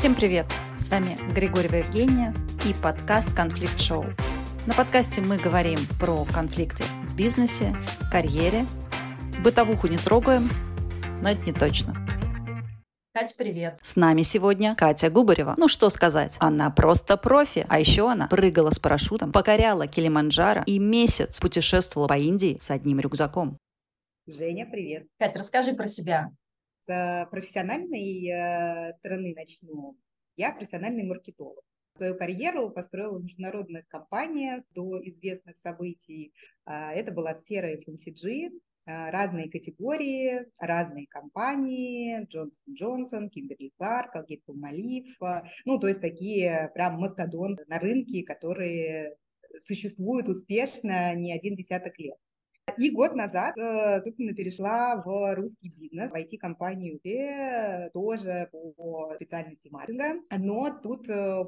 Всем привет! С вами Григорьева Евгения и подкаст «Конфликт Шоу». На подкасте мы говорим про конфликты в бизнесе, карьере. Бытовуху не трогаем, но это не точно. Катя, привет! С нами сегодня Катя Губарева. Ну что сказать, она просто профи. А еще она прыгала с парашютом, покоряла Килиманджаро и месяц путешествовала по Индии с одним рюкзаком. Женя, привет. Катя, расскажи про себя. С профессиональной стороны начну. Я профессиональный маркетолог. Свою карьеру построила в международных компаниях до известных событий. Это была сфера FMCG, разные категории, разные компании, Johnson Johnson, Kimberly-Clark, Colgate-Palmolive, то есть такие прям мастодонты на рынке, которые существуют успешно не один десяток лет. И год назад, собственно, перешла в русский бизнес, в IT-компанию, тоже по специальности маркетинга. Но тут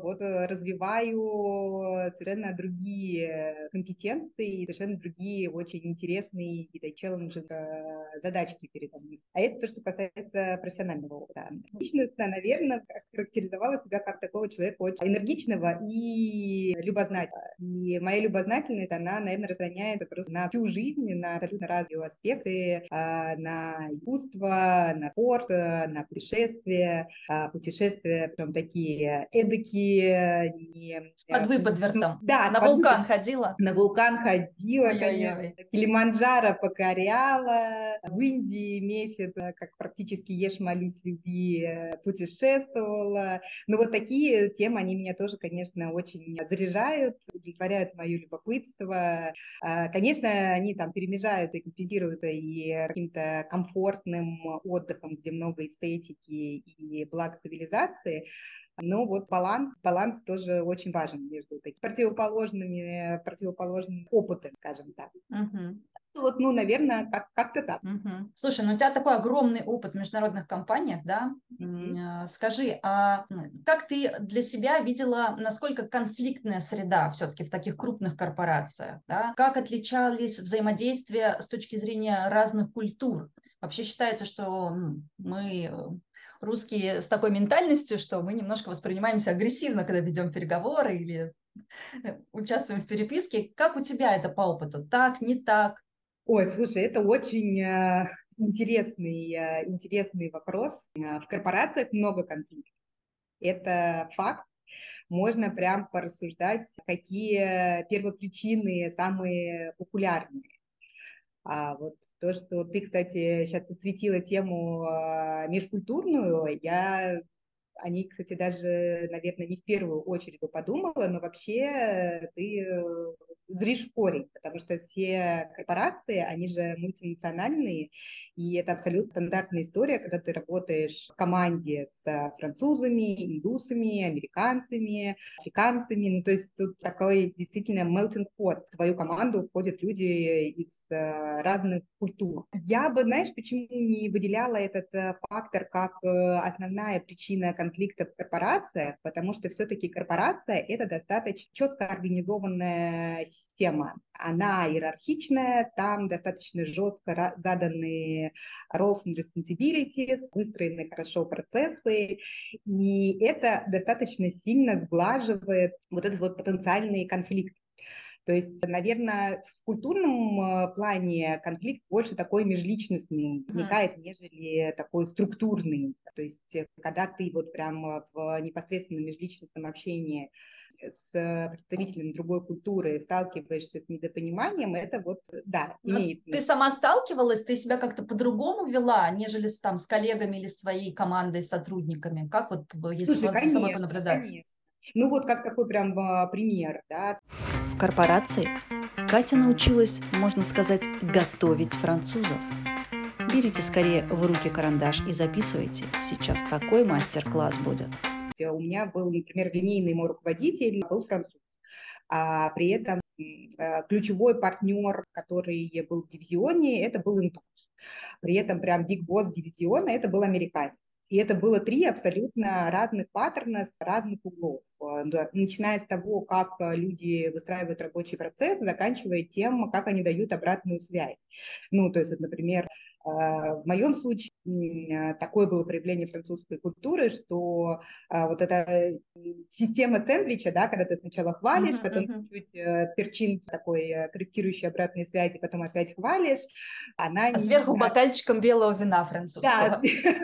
развиваю совершенно другие компетенции, совершенно другие очень интересные какие-то челленджи, задачки передо мной. А это то, что касается профессионального опыта. Личностно, наверное, характеризовала себя как такого человека очень энергичного и любознательного. И моя любознательность, она, наверное, распространяется просто на всю жизнь, на абсолютно разные аспекты, на искусство, на спорт, на путешествия, причем такие эдакие. С подвыподвертом. Да, на вулкан ходила? На вулкан ходила, Ой-ой-ой. Конечно. Килиманджаро покоряла. В Индии месяц, как практически ешь, молись, люби, путешествовала. Но вот такие темы, они меня тоже, конечно, очень заряжают, удовлетворяют мое любопытство. Конечно, они там перемежают и компенсируют и каким-то комфортным отдыхом, где много эстетики и благ цивилизации. Но вот баланс тоже очень важен между такими противоположными опытами, скажем так. Угу. Наверное, как-то так. Угу. Слушай, у тебя такой огромный опыт в международных компаниях, да? Скажи, а как ты для себя видела, насколько конфликтная среда все-таки в таких крупных корпорациях, да? Как отличались взаимодействия с точки зрения разных культур? Вообще считается, что мы русские с такой ментальностью, что мы немножко воспринимаемся агрессивно, когда ведем переговоры или участвуем в переписке. Как у тебя это по опыту? Так, не так? Ой, слушай, это очень интересный вопрос. В корпорациях много конфликтов. Это факт. Можно прям порассуждать, какие первопричины самые популярные. Вот то, что ты, кстати, сейчас подсветила тему межкультурную, я о ней, кстати, даже, наверное, не в первую очередь бы подумала, но вообще ты зришь в корень, потому что все корпорации, они же мультинациональные, и это абсолютно стандартная история, когда ты работаешь в команде с французами, индусами, американцами, африканцами, то есть тут такой действительно melting pot. В твою команду входят люди из разных культур. Я бы, знаешь, почему не выделяла этот фактор как основная причина конфликта в корпорациях, потому что все-таки корпорация – это достаточно четко организованная система. Она иерархичная, там достаточно жестко заданы roles and responsibilities, выстроены хорошо процессы, и это достаточно сильно сглаживает вот этот вот потенциальный конфликт. То есть, наверное, в культурном плане конфликт больше такой межличностный возникает, нежели такой структурный. То есть, когда ты вот прям в непосредственном межличностном общении с представителем другой культуры сталкиваешься с недопониманием, это вот, да, имеет место. Ты сама сталкивалась, ты себя как-то по-другому вела, нежели с коллегами или своей командой, сотрудниками? Как вот, если за собой понаблюдать? Конечно. Как такой прям пример, да. В корпорации Катя научилась, можно сказать, готовить французов. Берите скорее в руки карандаш и записывайте. Сейчас такой мастер-класс будет. У меня был, например, линейный мой руководитель, был француз. А при этом ключевой партнер, который был в дивизионе, это был индус. При этом прям биг-босс дивизиона, это был американец. И это было 3 абсолютно разных паттерна с разных углов. Начиная с того, как люди выстраивают рабочий процесс, заканчивая тем, как они дают обратную связь. То есть, например, в моем случае такое было проявление французской культуры, что вот эта система сэндвича, да, когда ты сначала хвалишь, потом чуть-чуть перчин такой корректирующей обратной связи, потом опять хвалишь, она А не... сверху бокальчиком белого вина Да, французского.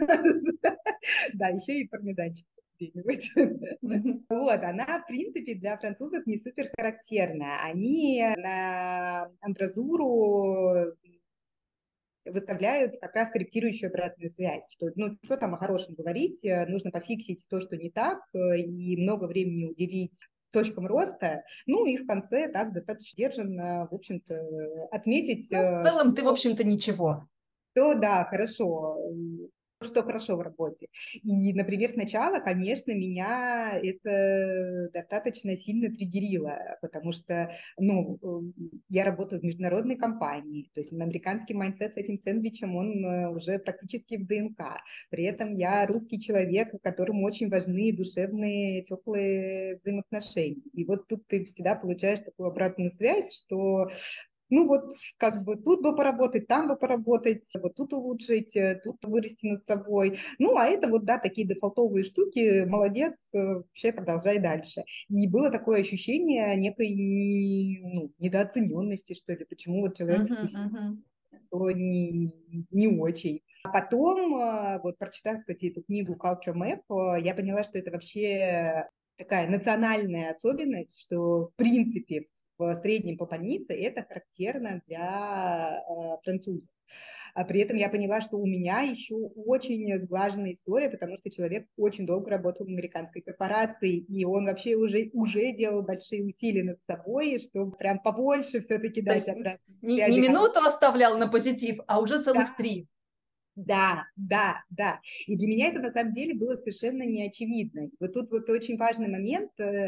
да, еще и пармезанчик где-нибудь. Вот, она, в принципе, для французов не супер характерна. Они на амбразуру выставляют как раз корректирующую обратную связь, что, ну, что там о хорошем говорить, нужно пофиксить то, что не так, и много времени уделить точкам роста, ну и в конце так достаточно сдержанно, в общем-то, отметить, Ну, в целом ты, в общем-то, ничего. что да, хорошо, что хорошо в работе. И, например, сначала, конечно, меня это достаточно сильно триггерило, потому что, ну, я работаю в международной компании, то есть американский майндсет с этим сэндвичем, он уже практически в ДНК. При этом я русский человек, которому очень важны душевные, теплые взаимоотношения. И вот тут ты всегда получаешь такую обратную связь, что ну вот как бы тут бы поработать, там бы поработать, вот тут улучшить, тут вырасти над собой. Ну а это вот, да, такие дефолтовые штуки, молодец, вообще продолжай дальше. И было такое ощущение некой ну, недооцененности, что ли, почему вот человек что не очень. А потом, вот прочитав, кстати, эту книгу Culture Map, я поняла, что это вообще такая национальная особенность, что в принципе в среднем по больнице это характерно для французов. А при этом я поняла, что у меня еще очень сглаженная история, потому что человек очень долго работал в американской корпорации, и он вообще уже делал большие усилия над собой, чтобы прям побольше все-таки То дать есть обратной не связи. минуту оставлял на позитив, а уже Да, целых 3. да, да, да. И для меня это на самом деле было совершенно неочевидно. Вот тут вот очень важный момент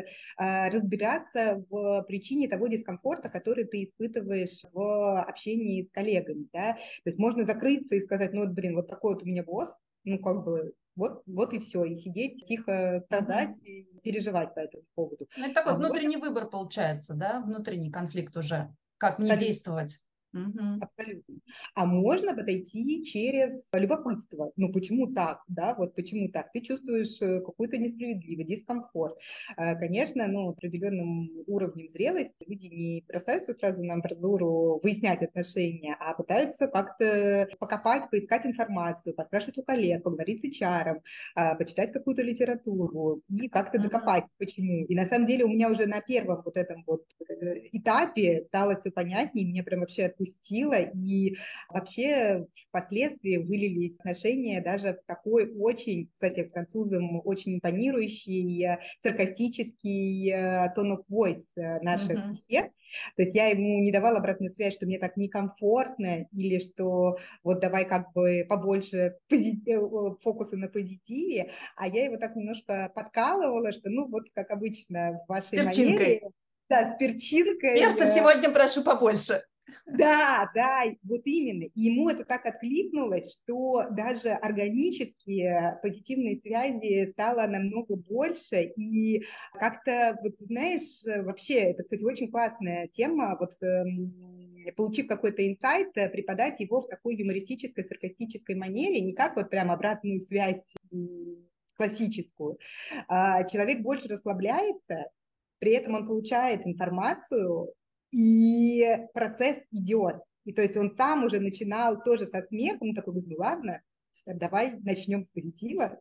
разбираться в причине того дискомфорта, который ты испытываешь в общении с коллегами. Да? То есть можно закрыться и сказать, ну вот, блин, вот такой вот у меня босс, ну как бы вот и все, и сидеть тихо, страдать и переживать по этому поводу. Ну, это такой А можно внутренний выбор получается, да, внутренний конфликт уже, как мне абсолютно. действовать. Мгм. Абсолютно. А можно подойти через любопытство. Ну, почему так, да, вот почему так? Ты чувствуешь какую-то несправедливость, дискомфорт. Конечно, ну, определенным уровнем зрелости люди не бросаются сразу на амбразуру выяснять отношения, а пытаются как-то покопать, поискать информацию, поспрашивать у коллег, поговорить с HR, почитать какую-то литературу и как-то Мгм. докопать, почему. И на самом деле у меня уже на первом вот этом вот этапе стало все понятнее, меня прям вообще отпустило, и вообще впоследствии вылились отношения даже в такой очень, кстати, французам очень импонирующий, саркастический tone of voice наших Мгм. бесед. То есть я ему не давала обратную связь, что мне так некомфортно, или что вот давай как бы побольше фокуса на позитиве, а я его так немножко подкалывала, что ну вот как обычно в С вашей манере, перчинкой. да, с перчинкой. Перца сегодня прошу побольше. Да, да, вот именно. И ему это так откликнулось, что даже органические позитивные связи стало намного больше. И как-то, вот знаешь, вообще, это, кстати, очень классная тема, вот получив какой-то инсайт, преподать его в такой юмористической, саркастической манере, не как вот прям обратную связь классическую. Человек больше расслабляется, при этом он получает информацию, и процесс идет. И то есть он сам уже начинал тоже со смехом, такой, ну ладно, давай начнем с позитива.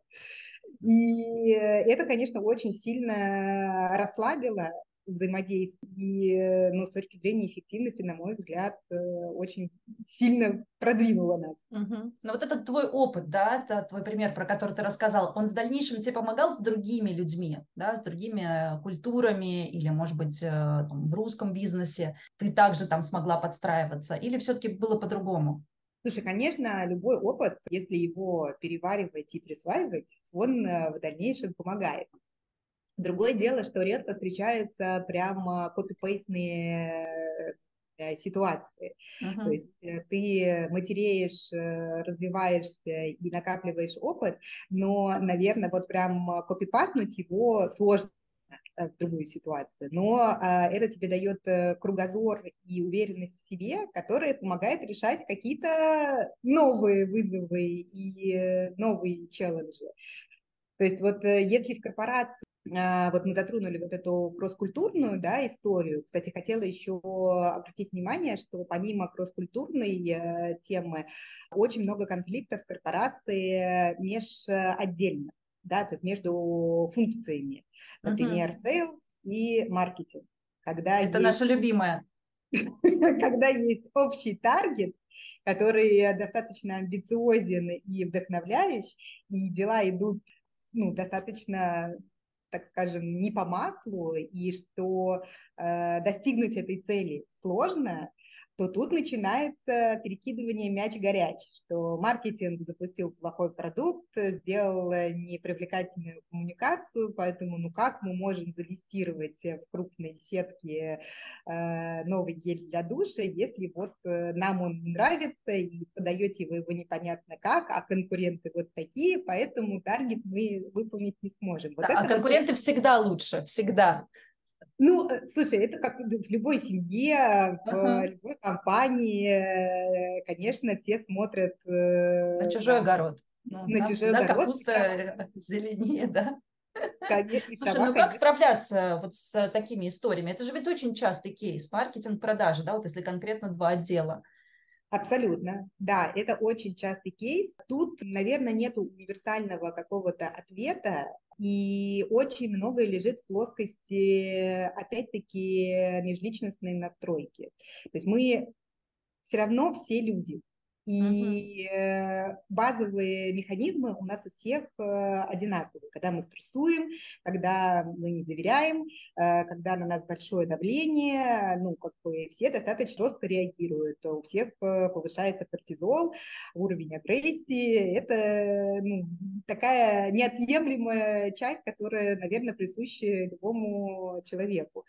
И это, конечно, очень сильно расслабило взаимодействие. И, ну, с точки зрения эффективности, на мой взгляд, очень сильно продвинуло нас. Мгм. Но вот этот твой опыт, да, это твой пример, про который ты рассказал, он в дальнейшем тебе помогал с другими людьми, да, с другими культурами или, может быть, там, в русском бизнесе? Ты также там смогла подстраиваться или все-таки было по-другому? Слушай, конечно, любой опыт, если его переваривать и присваивать, он в дальнейшем помогает. Другое дело, что редко встречаются прям копипейстные ситуации. То Мгм. есть ты матереешь, развиваешься и накапливаешь опыт, но, наверное, вот прям копипастнуть его сложно. в другую ситуацию, но это тебе дает кругозор и уверенность в себе, которая помогает решать какие-то новые вызовы и новые челленджи. То есть вот если в корпорации, вот мы затронули вот эту кросс-культурную, да, историю. Кстати, хотела еще обратить внимание, что помимо кросс-культурной темы, очень много конфликтов в корпорации межотдельно, да, то есть между функциями. Например, Мгм. sales и маркетинг. Когда Это наша есть, любимая. когда есть общий таргет, который достаточно амбициозен и вдохновляющий, и дела идут достаточно, так скажем, не по маслу, и что достигнуть этой цели сложно, то тут начинается перекидывание мяч горяч, что маркетинг запустил плохой продукт, сделал непривлекательную коммуникацию, поэтому ну как мы можем залистировать в крупной сетке новый гель для душа, если вот нам он нравится и подаете вы его непонятно как, а конкуренты вот такие, поэтому таргет мы выполнить не сможем. Да, Вот а это вот конкуренты всегда лучше, всегда. ну, слушай, это как в любой семье, в Ага. любой компании, конечно, все смотрят На чужой огород. Ну, на там чужой всегда огород, капуста зеленее, да. и Слушай, права, ну как конечно. справляться вот с такими историями? Это же ведь очень частый кейс. Маркетинг, продажи, да, вот если конкретно два отдела. Абсолютно, да, это очень частый кейс. Тут, наверное, нет универсального какого-то ответа, и очень многое лежит в плоскости, опять-таки, межличностной настройки. То есть мы все равно все люди. Мгм. И базовые механизмы у нас у всех одинаковые. Когда мы стрессуем, когда мы не доверяем, когда на нас большое давление, ну, как бы все достаточно жестко реагируют. У всех повышается кортизол, уровень агрессии. Это ну, такая неотъемлемая часть, которая, наверное, присуща любому человеку.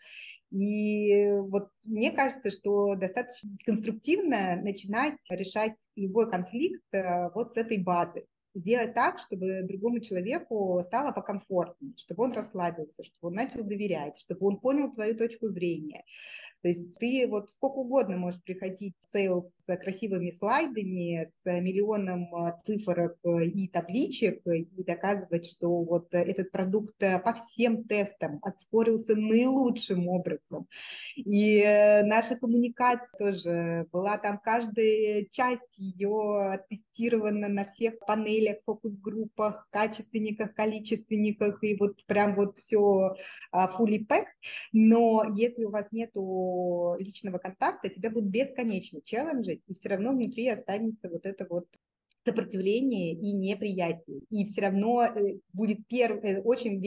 И вот мне кажется, что достаточно конструктивно начинать решать любой конфликт вот с этой базы. Сделать так, чтобы другому человеку стало покомфортнее, чтобы он расслабился, чтобы он начал доверять, чтобы он понял твою точку зрения. То есть ты вот сколько угодно можешь приходить в сейлс с красивыми слайдами, с миллионом цифрок и табличек и доказывать, что вот этот продукт по всем тестам отскорился наилучшим образом. И наша коммуникация тоже была там, каждая часть ее тестирована на всех панелях, фокус-группах, качественниках, количественниках, и вот прям вот все fully packed. Но если у вас нету личного контакта, тебя будут бесконечно челленджить, и все равно внутри останется вот это вот сопротивление и неприятие. И все равно будет очень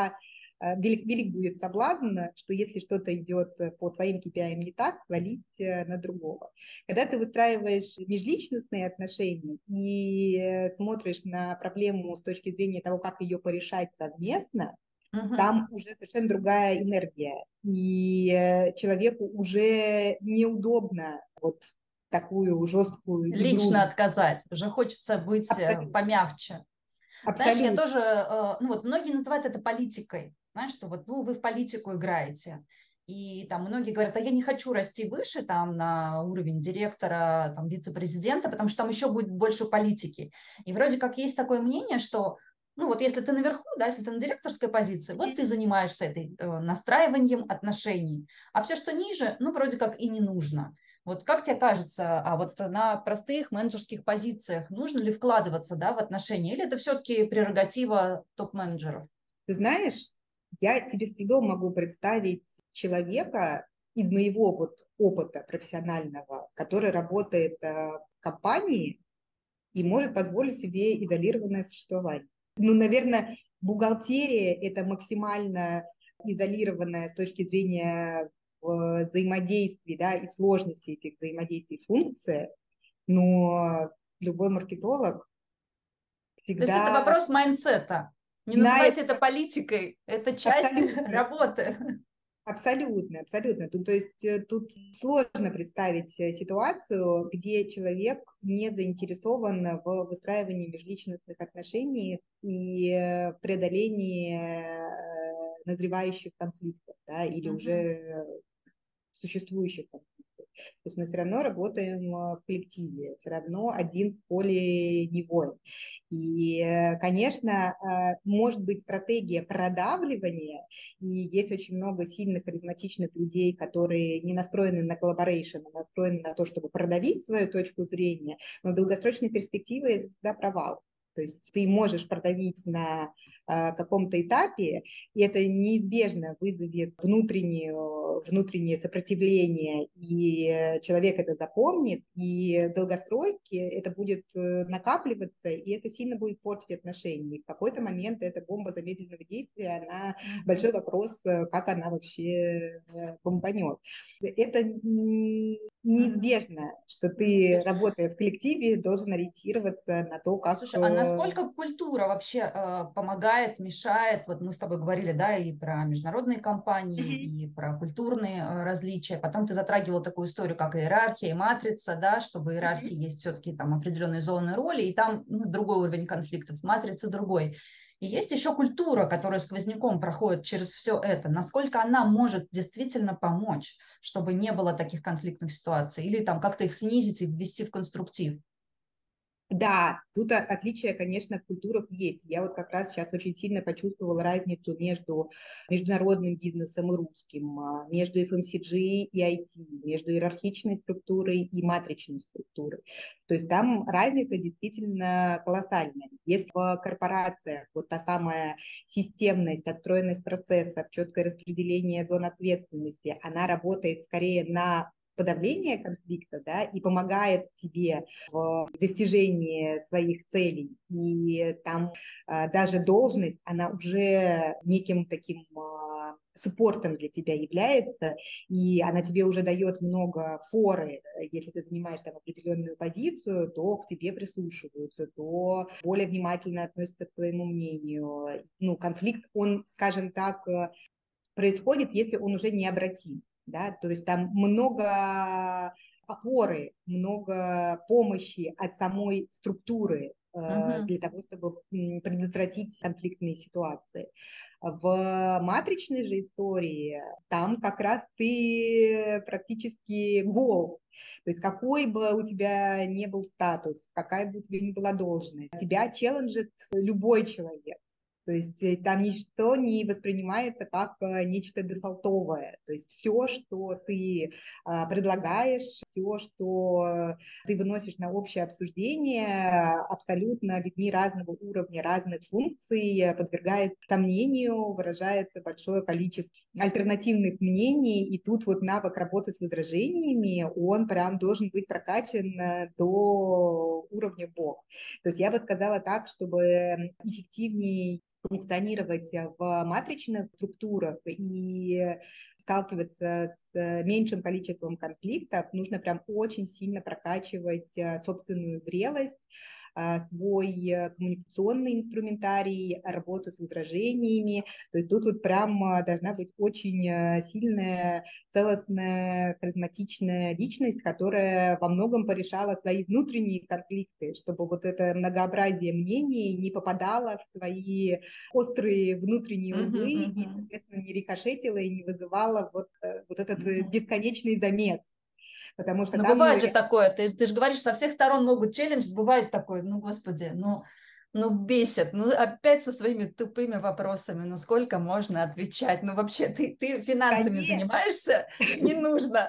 велик будет соблазн, что если что-то идет по твоим KPI не так, свалить на другого. Когда ты выстраиваешь межличностные отношения и смотришь на проблему с точки зрения того, как ее порешать совместно, Мгм. там уже совершенно другая энергия. И человеку уже неудобно вот такую жесткую игру Лично вести. отказать. Уже хочется быть Абсолютно. помягче. Знаешь, я Абсолютно. тоже, ну вот многие называют это политикой, знаешь, что вот ну, вы в политику играете. И там многие говорят, а я не хочу расти выше там на уровень директора, там вице-президента, потому что там еще будет больше политики. И вроде как есть такое мнение, что ну вот если ты наверху, да, если ты на директорской позиции, вот ты занимаешься этой настраиванием отношений, а все, что ниже, ну вроде как и не нужно. Вот как тебе кажется, а вот на простых менеджерских позициях нужно ли вкладываться, да, в отношения, или это все-таки прерогатива топ-менеджеров? Ты знаешь, я себе с трудом могу представить человека из моего вот опыта профессионального, который работает в компании и может позволить себе изолированное существование. Ну, наверное, бухгалтерия – это максимально изолированная с точки зрения взаимодействий, да, и сложности этих взаимодействий функция, но любой маркетолог То есть это всегда вопрос майндсета. Не знает называйте это политикой, это часть абсолютно. работы. Абсолютно, абсолютно. Тут, то есть тут сложно представить ситуацию, где человек не заинтересован в выстраивании межличностных отношений и преодолении назревающих конфликтов, да, или уже существующих конфликтов. То есть мы все равно работаем в коллективе, все равно один в поле не воин. И, конечно, может быть стратегия продавливания, и есть очень много сильных, харизматичных людей, которые не настроены на коллаборейшн, а настроены на то, чтобы продавить свою точку зрения, но в долгосрочной перспективе это всегда провал. То есть ты можешь продавить на каком-то этапе, и это неизбежно вызовет внутреннее сопротивление, и человек это запомнит, и в долгосрочке это будет накапливаться, и это сильно будет портить отношения. И в какой-то момент эта бомба замедленного действия, она большой вопрос, как она вообще бомбанет. Это неизбежно, что ты, работая в коллективе, должен ориентироваться на то, как... Слушай, а насколько культура вообще помогает, мешает? Вот мы с тобой говорили, да, и про международные компании, и про культурные различия. Потом ты затрагивала такую историю, как иерархия и матрица, да, что в иерархии есть все-таки там определенные зоны роли, и там другой уровень конфликтов, матрица другой. И есть еще культура, которая сквозняком проходит через все это. Насколько она может действительно помочь, чтобы не было таких конфликтных ситуаций, или там как-то их снизить и ввести в конструктив? Да, тут отличия, конечно, в культурах есть. Я вот как раз сейчас очень сильно почувствовала разницу между международным бизнесом и русским, между FMCG и IT, между иерархичной структурой и матричной структурой. То есть там разница действительно колоссальная. Если в корпорациях вот та самая системность, отстроенность процессов, четкое распределение зон ответственности, она работает скорее на подавление конфликта, да, и помогает тебе в достижении своих целей. И там даже должность, она уже неким таким суппортом для тебя является, и она тебе уже дает много форы. Если ты занимаешь там определенную позицию, то к тебе прислушиваются, то более внимательно относятся к твоему мнению. Ну, конфликт, он, скажем так, происходит, если он уже необратим. Да? То есть там много опоры, много помощи от самой структуры для того, чтобы предотвратить конфликтные ситуации. В матричной же истории там как раз ты практически гол. То есть какой бы у тебя ни был статус, какая бы у тебя ни была должность, тебя челленджит любой человек. То есть там ничто не воспринимается как нечто дефолтовое. То есть все, что ты предлагаешь, все, что ты выносишь на общее обсуждение, абсолютно людьми разного уровня, разных функций подвергает сомнению, выражается большое количество альтернативных мнений. И тут вот навык работы с возражениями, он прям должен быть прокачан до уровня бог. То есть я бы сказала так, чтобы эффективнее функционировать в матричных структурах и сталкиваться с меньшим количеством конфликтов, нужно прям очень сильно прокачивать собственную зрелость, свой коммуникационный инструментарий, работу с возражениями. То есть тут вот прям должна быть очень сильная, целостная, харизматичная личность, которая во многом порешала свои внутренние конфликты, чтобы вот это многообразие мнений не попадало в твои острые внутренние углы и, соответственно, не рикошетило и не вызывало вот этот бесконечный замес. Потому что Ну, там, бывает же такое, ты же говоришь, со всех сторон могут челлендж, бывает такое, ну, господи, ну, бесит, ну, опять со своими тупыми вопросами, ну, сколько можно отвечать, ну, вообще, ты финансами конечно, занимаешься, не нужно.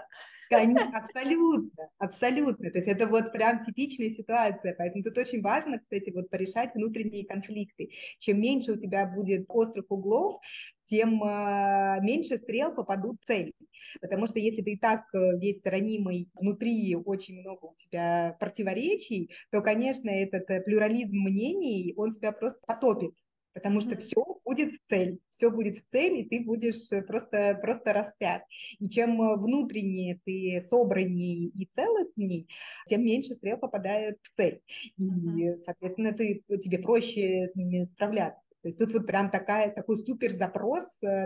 абсолютно, абсолютно. То есть это вот прям типичная ситуация. Поэтому тут очень важно, кстати, вот порешать внутренние конфликты. Чем меньше у тебя будет острых углов, тем меньше стрел попадут в цель. Потому что если ты и так весь ранимый, внутри очень много у тебя противоречий, то, конечно, этот плюрализм мнений, он тебя просто потопит. Потому что все будет в цель, и ты будешь просто распят. И чем внутреннее ты собранней и целостней, тем меньше стрел попадает в цель. И, соответственно, тебе проще с ними справляться. То есть тут вот прям такой супер запрос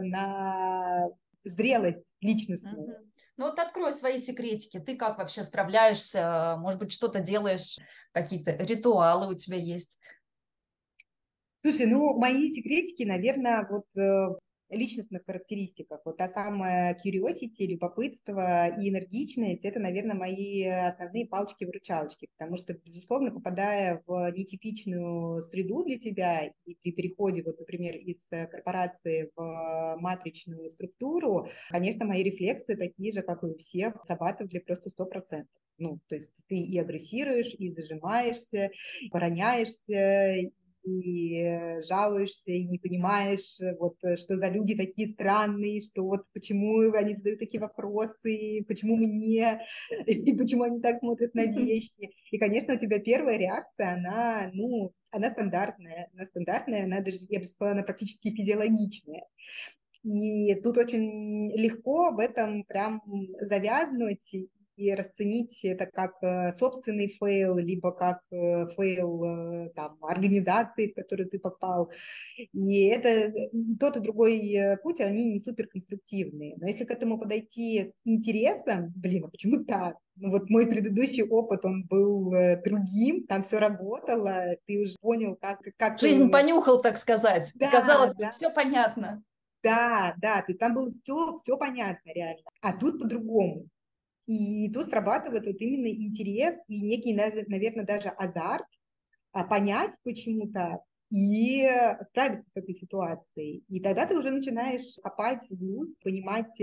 на зрелость личностную. Ну вот открой свои секретики. Ты как вообще справляешься? Может быть, что-то делаешь, какие-то ритуалы у тебя есть? Слушай, ну, мои секретики, наверное, вот личностных характеристиках. Вот та самая curiosity, любопытство и энергичность — это, наверное, мои основные палочки-выручалочки, потому что, безусловно, попадая в нетипичную среду для тебя и при переходе, вот, например, из корпорации в матричную структуру, конечно, мои рефлексы такие же, как и у всех, срабатывали просто 100%. Ну, то есть ты и агрессируешь, и зажимаешься, и обороняешься, и жалуешься, и не понимаешь, вот, что за люди такие странные, что вот почему они задают такие вопросы, почему мне, и почему они так смотрят на вещи. И, конечно, у тебя первая реакция, она, ну, она стандартная, она даже, я бы сказала, она практически физиологичная. И тут очень легко в этом прям завязнуть и расценить это как собственный фейл, либо как фейл там, организации, в которую ты попал. И это тот и другой путь, они не супер конструктивные. Но если к этому подойти с интересом, блин, а почему так? Ну вот мой предыдущий опыт, он был другим, там все работало, ты уже понял, как Жизнь понюхал, так сказать. И да, казалось бы, да, все понятно. да, да, то есть там было все понятно реально, а тут по-другому. И тут срабатывает вот именно интерес и некий, наверное, даже азарт понять почему так и справиться с этой ситуацией. И тогда ты уже начинаешь копать вглубь, понимать,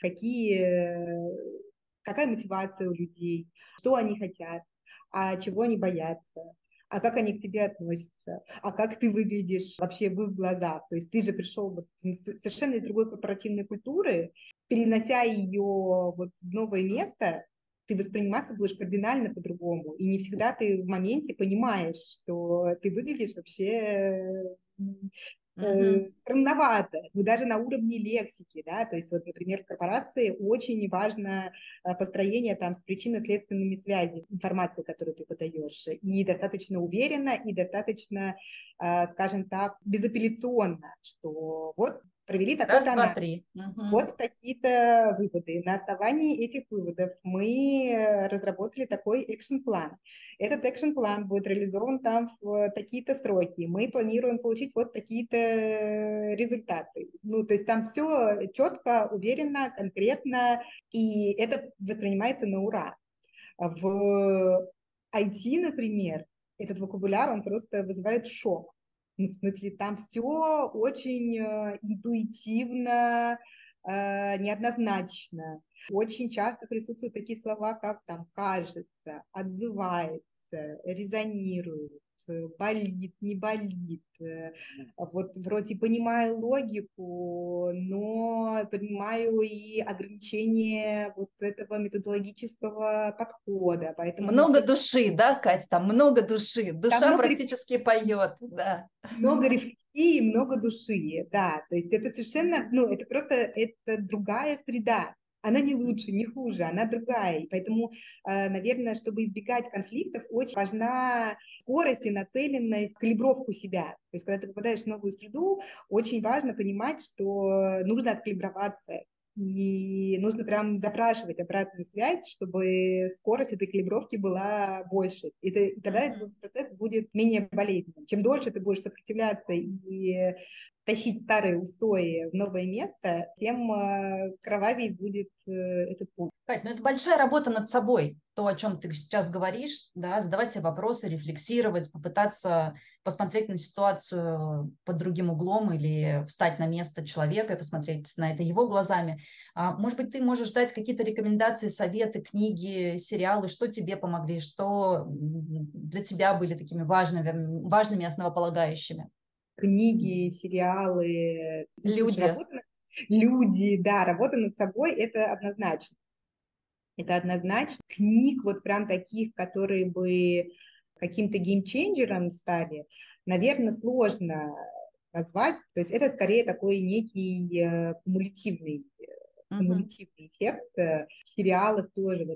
какая мотивация у людей, что они хотят, а чего они боятся, а как они к тебе относятся, а как ты выглядишь вообще в их глазах. То есть ты же пришел вот совершенно из другой корпоративной культуры, перенося ее вот в новое место, ты восприниматься будешь кардинально по-другому. И не всегда ты в моменте понимаешь, что ты выглядишь вообще странновато, ну, даже на уровне лексики, да, то есть вот, например, в корпорации очень важно построение там с причинно-следственными связями информации, которую ты подаешь, и достаточно уверенно, и достаточно, скажем так, безапелляционно, что вот провели Раз, такой-то два, анализ, три. Мгм. вот такие-то выводы. На основании этих выводов мы разработали такой экшн-план. Этот экшн-план будет реализован там в такие-то сроки. Мы планируем получить вот такие-то результаты. Ну, то есть там все четко, уверенно, конкретно, и это воспринимается на ура. В IT, например, этот вокабуляр, он просто вызывает шок. Ну, в смысле, там все очень интуитивно, неоднозначно. Очень часто присутствуют такие слова, как там кажется, отзывается, резонирует, болит, не болит. Вот вроде понимаю логику, но понимаю и ограничения вот этого методологического подхода, поэтому не Много все... души, да, Кать, там много души. Там Душа практически поет, да. много рефлексии, много души, да, то есть это совершенно, ну, это просто, это другая среда, она не лучше, не хуже, она другая, и поэтому, наверное, чтобы избегать конфликтов, очень важна скорость и нацеленность, калибровку себя, то есть когда ты попадаешь в новую среду, очень важно понимать, что нужно откалиброваться, и нужно прям запрашивать обратную связь, чтобы скорость этой калибровки была больше. И тогда этот процесс будет менее болезненным. Чем дольше ты будешь сопротивляться и тащить старые устои в новое место, тем кровавее будет этот путь. Кать, ну это большая работа над собой, то, о чем ты сейчас говоришь, да, задавать себе вопросы, рефлексировать, попытаться посмотреть на ситуацию под другим углом или встать на место человека и посмотреть на это его глазами. Может быть, ты можешь дать какие-то рекомендации, советы, книги, сериалы, что тебе помогли, что для тебя были такими важными основополагающими? Книги, сериалы, ну, слушай, Люди. люди, да, работа над собой — это однозначно. Это однозначно. Книг вот прям таких, которые бы каким-то геймченджером стали, наверное, сложно назвать. То есть это скорее такой некий кумулятивный Мгм. кумулятивный эффект. В сериалах тоже вот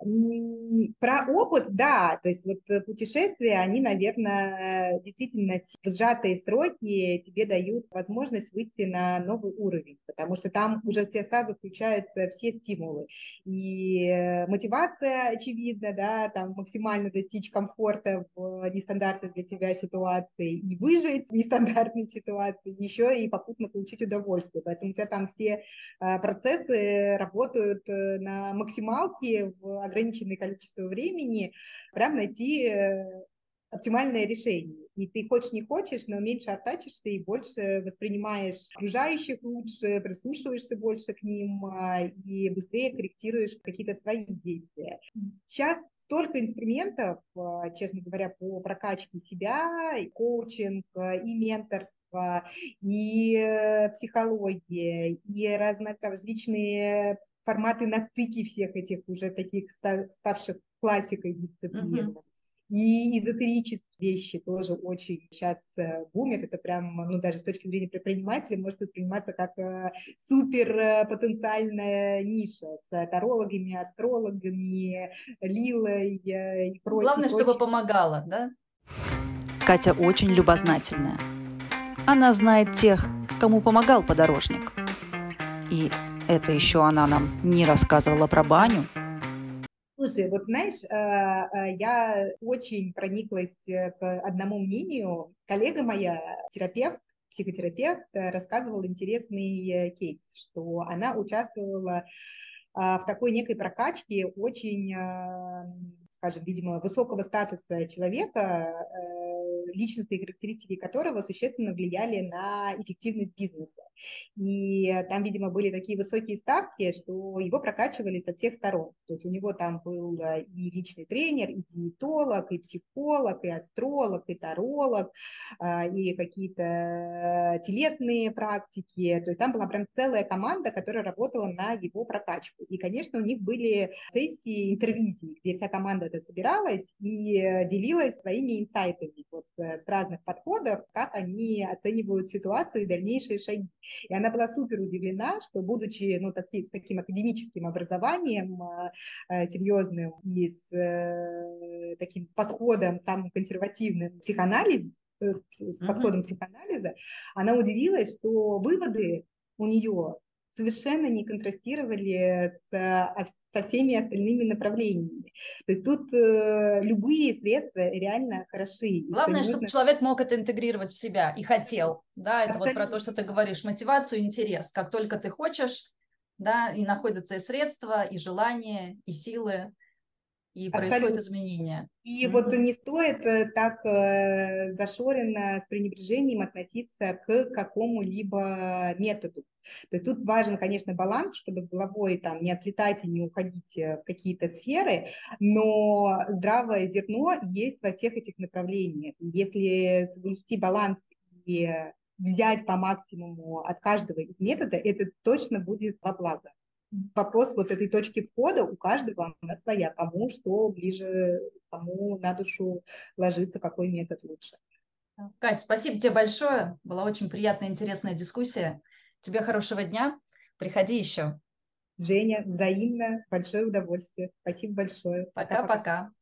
Про опыт, да, то есть вот путешествия, они, наверное, действительно в сжатые сроки тебе дают возможность выйти на новый уровень, потому что там уже у тебя сразу включаются все стимулы. И мотивация, очевидно, да, там максимально достичь комфорта в нестандартной для тебя ситуации и выжить в нестандартной ситуации, еще и попутно получить удовольствие. Поэтому у тебя там все процессы работают на максималке в ограниченное количество времени, прям найти оптимальное решение. И ты хочешь не хочешь, но меньше артачишься и больше воспринимаешь окружающих лучше, прислушиваешься больше к ним и быстрее корректируешь какие-то свои действия. Сейчас столько инструментов, честно говоря, по прокачке себя, и коучинг, и менторство, и психология, и различные форматы на стыке всех этих уже таких ставших классикой дисциплин. Мгм. И эзотерические вещи тоже очень сейчас бумят. Это прям, ну, даже с точки зрения предпринимателя может восприниматься как супер потенциальная ниша с тарологами, астрологами, лилой и Главное, чтобы прочим. помогало, да? Катя очень любознательная. Она знает тех, кому помогал подорожник. И это еще она нам не рассказывала про баню. Слушай, вот знаешь, я очень прониклась к одному мнению. Коллега моя, терапевт, психотерапевт, рассказывал интересный кейс, что она участвовала в такой некой прокачке очень, скажем, видимо, высокого статуса человека, личностные характеристики которого существенно влияли на эффективность бизнеса. И там, видимо, были такие высокие ставки, что его прокачивали со всех сторон. То есть у него там был и личный тренер, и диетолог, и психолог, и астролог, и таролог, и какие-то телесные практики. То есть там была прям целая команда, которая работала на его прокачку. И, конечно, у них были сессии интервизии, где вся команда это собиралась и делилась своими инсайтами вот, с разных подходов, как они оценивают ситуацию и дальнейшие шаги. И она была супер удивлена, что, будучи ну, с таким академическим образованием серьезным и с таким подходом самым консервативным с Мгм. подходом психоанализа, она удивилась, что выводы у нее совершенно не контрастировали со всеми остальными направлениями. То есть тут любые средства реально хороши, и что Главное, не чтобы нужно... человек мог это интегрировать в себя и Абсолютно. хотел. Да, это вот про то, что Абсолютно. ты говоришь, мотивацию, интерес. Как только ты хочешь, да, и находятся и средства, и желания, и силы, и происходят Абсолютно. изменения. И вот Мгм. не стоит так зашоренно с пренебрежением относиться к какому-либо методу. То есть тут важен, конечно, баланс, чтобы с головой там не отлетать и не уходить в какие-то сферы, но здравое зерно есть во всех этих направлениях. Если соблюсти баланс и взять по максимуму от каждого из метода, это точно будет во благо. Вопрос вот этой точки входа у каждого она своя, кому что ближе, кому на душу ложится, какой метод лучше. Кать, спасибо тебе большое. Была очень приятная, интересная дискуссия. Тебе хорошего дня. Приходи еще. Женя, взаимно, большое удовольствие. Спасибо большое. Пока-пока. Пока-пока.